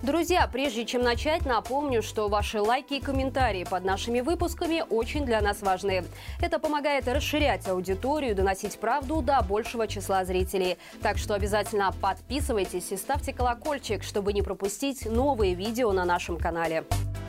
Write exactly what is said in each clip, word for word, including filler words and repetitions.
Друзья, прежде чем начать, напомню, что ваши лайки и комментарии под нашими выпусками очень для нас важны. Это помогает расширять аудиторию, доносить правду до большего числа зрителей. Так что обязательно подписывайтесь и ставьте колокольчик, чтобы не пропустить новые видео на нашем канале.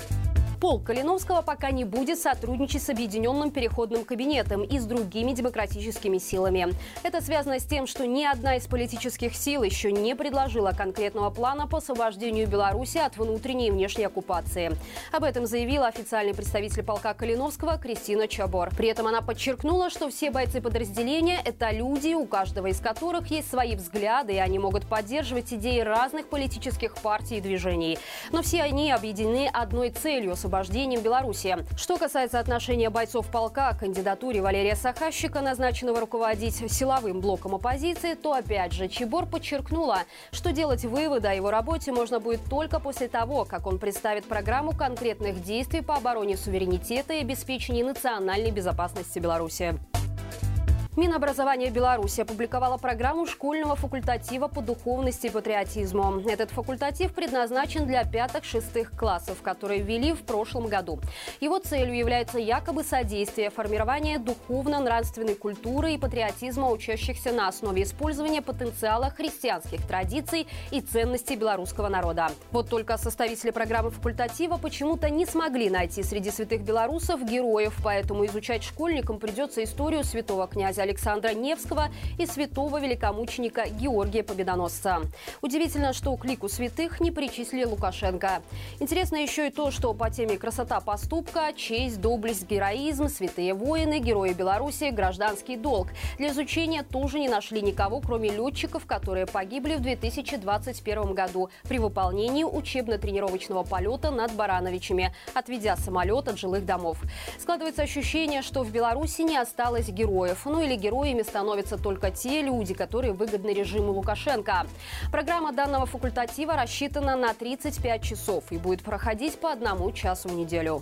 Полк Калиновского пока не будет сотрудничать с Объединенным переходным кабинетом и с другими демократическими силами. Это связано с тем, что ни одна из политических сил еще не предложила конкретного плана по освобождению Беларуси от внутренней и внешней оккупации. Об этом заявила официальный представитель полка Калиновского Кристина Чабор. При этом она подчеркнула, что все бойцы подразделения – это люди, у каждого из которых есть свои взгляды, и они могут поддерживать идеи разных политических партий и движений. Но все они объединены одной целью – освобождением Беларуси. Что касается отношения бойцов полка к кандидатуре Валерия Сахащика, назначенного руководить силовым блоком оппозиции, то опять же Чабор подчеркнула, что делать выводы о его работе можно будет только после того, как он представит программу конкретных действий по обороне суверенитета и обеспечению национальной безопасности Беларуси. Минобразование Беларуси опубликовало программу школьного факультатива по духовности и патриотизму. Этот факультатив предназначен для пятых-шестых классов, которые ввели в прошлом году. Его целью является якобы содействие формированию духовно-нравственной культуры и патриотизма учащихся на основе использования потенциала христианских традиций и ценностей белорусского народа. Вот только составители программы факультатива почему-то не смогли найти среди святых белорусов героев, поэтому изучать школьникам придется историю святого князя Александра Невского и святого великомученика Георгия Победоносца. Удивительно, что к лику святых не причислили Лукашенко. Интересно еще и то, что по теме красота поступка, честь, доблесть, героизм, святые воины, герои Беларуси, гражданский долг. Для изучения тоже не нашли никого, кроме летчиков, которые погибли в две тысячи двадцать первом году при выполнении учебно-тренировочного полета над Барановичами, отведя самолет от жилых домов. Складывается ощущение, что в Беларуси не осталось героев. Ну или героями становятся только те люди, которые выгодны режиму Лукашенко. Программа данного факультатива рассчитана на тридцать пять часов и будет проходить по одному часу в неделю.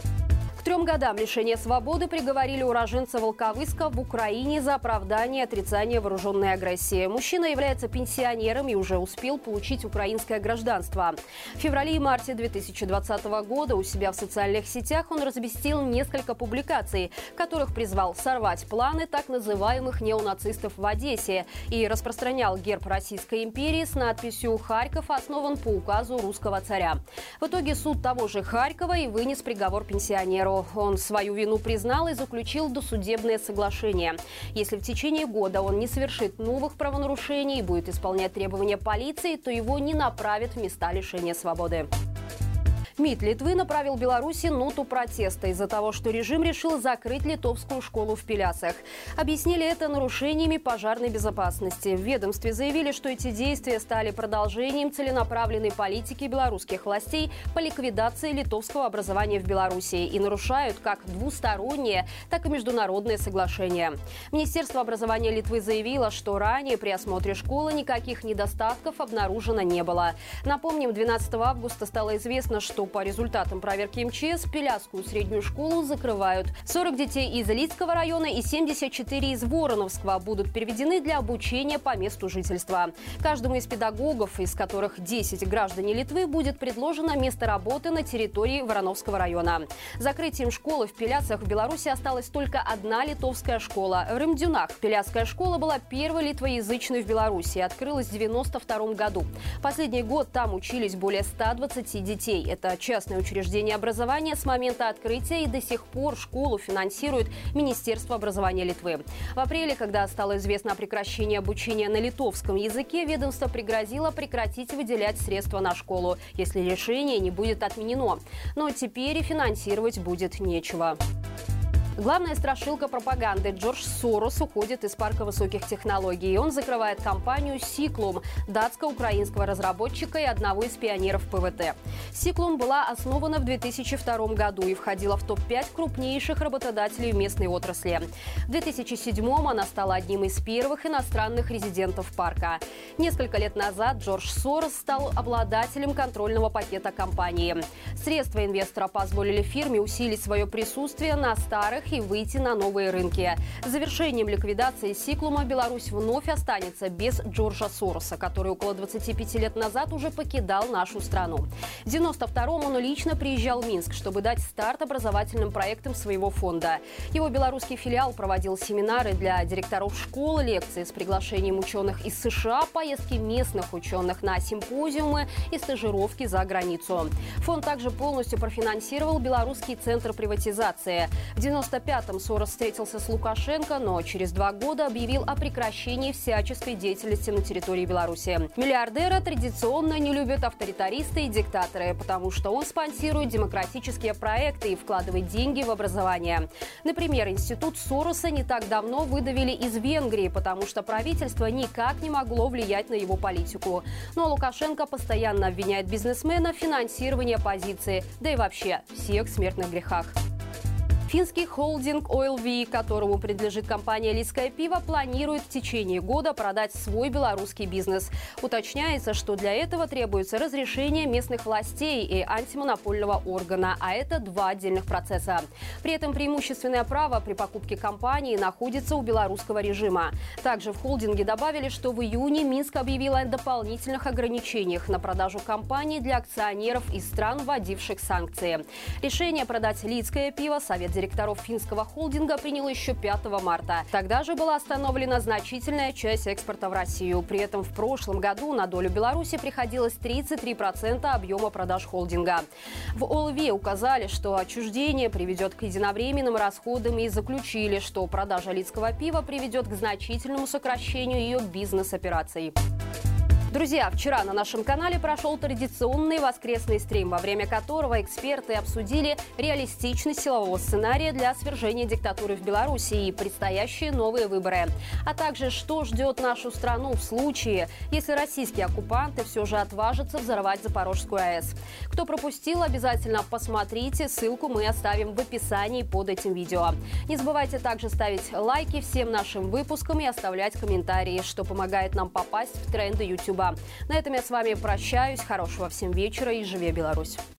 К трем годам лишения свободы приговорили уроженца Волковыска в Украине за оправдание и отрицание вооруженной агрессии. Мужчина является пенсионером и уже успел получить украинское гражданство. В феврале и марте две тысячи двадцатого года у себя в социальных сетях он разместил несколько публикаций, в которых призвал сорвать планы так называемых неонацистов в Одессе и распространял герб Российской империи с надписью «Харьков основан по указу русского царя». В итоге суд того же Харькова и вынес приговор пенсионеру. Он свою вину признал и заключил досудебное соглашение. Если в течение года он не совершит новых правонарушений и будет исполнять требования полиции, то его не направят в места лишения свободы. МИД Литвы направил Беларуси ноту протеста из-за того, что режим решил закрыть литовскую школу в Пилясах. Объяснили это нарушениями пожарной безопасности. В ведомстве заявили, что эти действия стали продолжением целенаправленной политики белорусских властей по ликвидации литовского образования в Беларуси и нарушают как двусторонние, так и международные соглашения. Министерство образования Литвы заявило, что ранее при осмотре школы никаких недостатков обнаружено не было. Напомним, двенадцатого августа стало известно, что по результатам проверки МЧС Пилясскую среднюю школу закрывают. сорок детей из Илицкого района и семьдесят четыре из Вороновского будут переведены для обучения по месту жительства. Каждому из педагогов, из которых десять граждане Литвы, будет предложено место работы на территории Вороновского района. Закрытием школы в Пилясах в Беларуси осталась только одна литовская школа – в Рымдюнах. Пилясская школа была первой литвоязычной в Беларуси и открылась в девяносто втором году. Последний год там учились более ста двадцати детей. Это частное учреждение образования с момента открытия, и до сих пор школу финансирует Министерство образования Литвы. В апреле, когда стало известно о прекращении обучения на литовском языке, ведомство пригрозило прекратить выделять средства на школу, если решение не будет отменено. Но теперь и финансировать будет нечего. Главная страшилка пропаганды Джордж Сорос уходит из парка высоких технологий. Он закрывает компанию «Сиклум» датско-украинского разработчика и одного из пионеров ПВТ. «Сиклум» была основана в две тысячи втором году и входила в топ пять крупнейших работодателей в местной отрасли. В две тысячи седьмом она стала одним из первых иностранных резидентов парка. Несколько лет назад Джордж Сорос стал обладателем контрольного пакета компании. Средства инвестора позволили фирме усилить свое присутствие на старых всех и выйти на новые рынки. С завершением ликвидации Сиклума Беларусь вновь останется без Джорджа Сороса, который около двадцати пяти лет назад уже покидал нашу страну. В девяносто втором он лично приезжал в Минск, чтобы дать старт образовательным проектам своего фонда. Его белорусский филиал проводил семинары для директоров школ, лекции с приглашением ученых из США, поездки местных ученых на симпозиумы и стажировки за границу. Фонд также полностью профинансировал Белорусский центр приватизации. В девяносто пятом Сорос встретился с Лукашенко, но через два года объявил о прекращении всяческой деятельности на территории Беларуси. Миллиардера традиционно не любят авторитаристы и диктаторы, потому что он спонсирует демократические проекты и вкладывает деньги в образование. Например, институт Сороса не так давно выдавили из Венгрии, потому что правительство никак не могло влиять на его политику. Ну а Лукашенко постоянно обвиняет бизнесмена в финансировании оппозиции, да и вообще всех смертных грехах. Финский холдинг о эл ви, которому принадлежит компания «Лидское пиво», планирует в течение года продать свой белорусский бизнес. Уточняется, что для этого требуется разрешение местных властей и антимонопольного органа, а это два отдельных процесса. При этом преимущественное право при покупке компании находится у белорусского режима. Также в холдинге добавили, что в июне Минск объявил о дополнительных ограничениях на продажу компаний для акционеров из стран, вводивших санкции. Решение продать «Лидское пиво» Совет директоров финского холдинга принял еще пятого марта. Тогда же была остановлена значительная часть экспорта в Россию. При этом в прошлом году на долю Беларуси приходилось тридцать три процента объема продаж холдинга. В о эл ви указали, что отчуждение приведет к единовременным расходам и заключили, что продажа лидского пива приведет к значительному сокращению ее бизнес-операций. Друзья, вчера на нашем канале прошел традиционный воскресный стрим, во время которого эксперты обсудили реалистичность силового сценария для свержения диктатуры в Беларуси и предстоящие новые выборы. А также, что ждет нашу страну в случае, если российские оккупанты все же отважатся взорвать Запорожскую а эс. Кто пропустил, обязательно посмотрите, ссылку мы оставим в описании под этим видео. Не забывайте также ставить лайки всем нашим выпускам и оставлять комментарии, что помогает нам попасть в тренды YouTube. На этом я с вами прощаюсь. Хорошего всем вечера и живи Беларусь!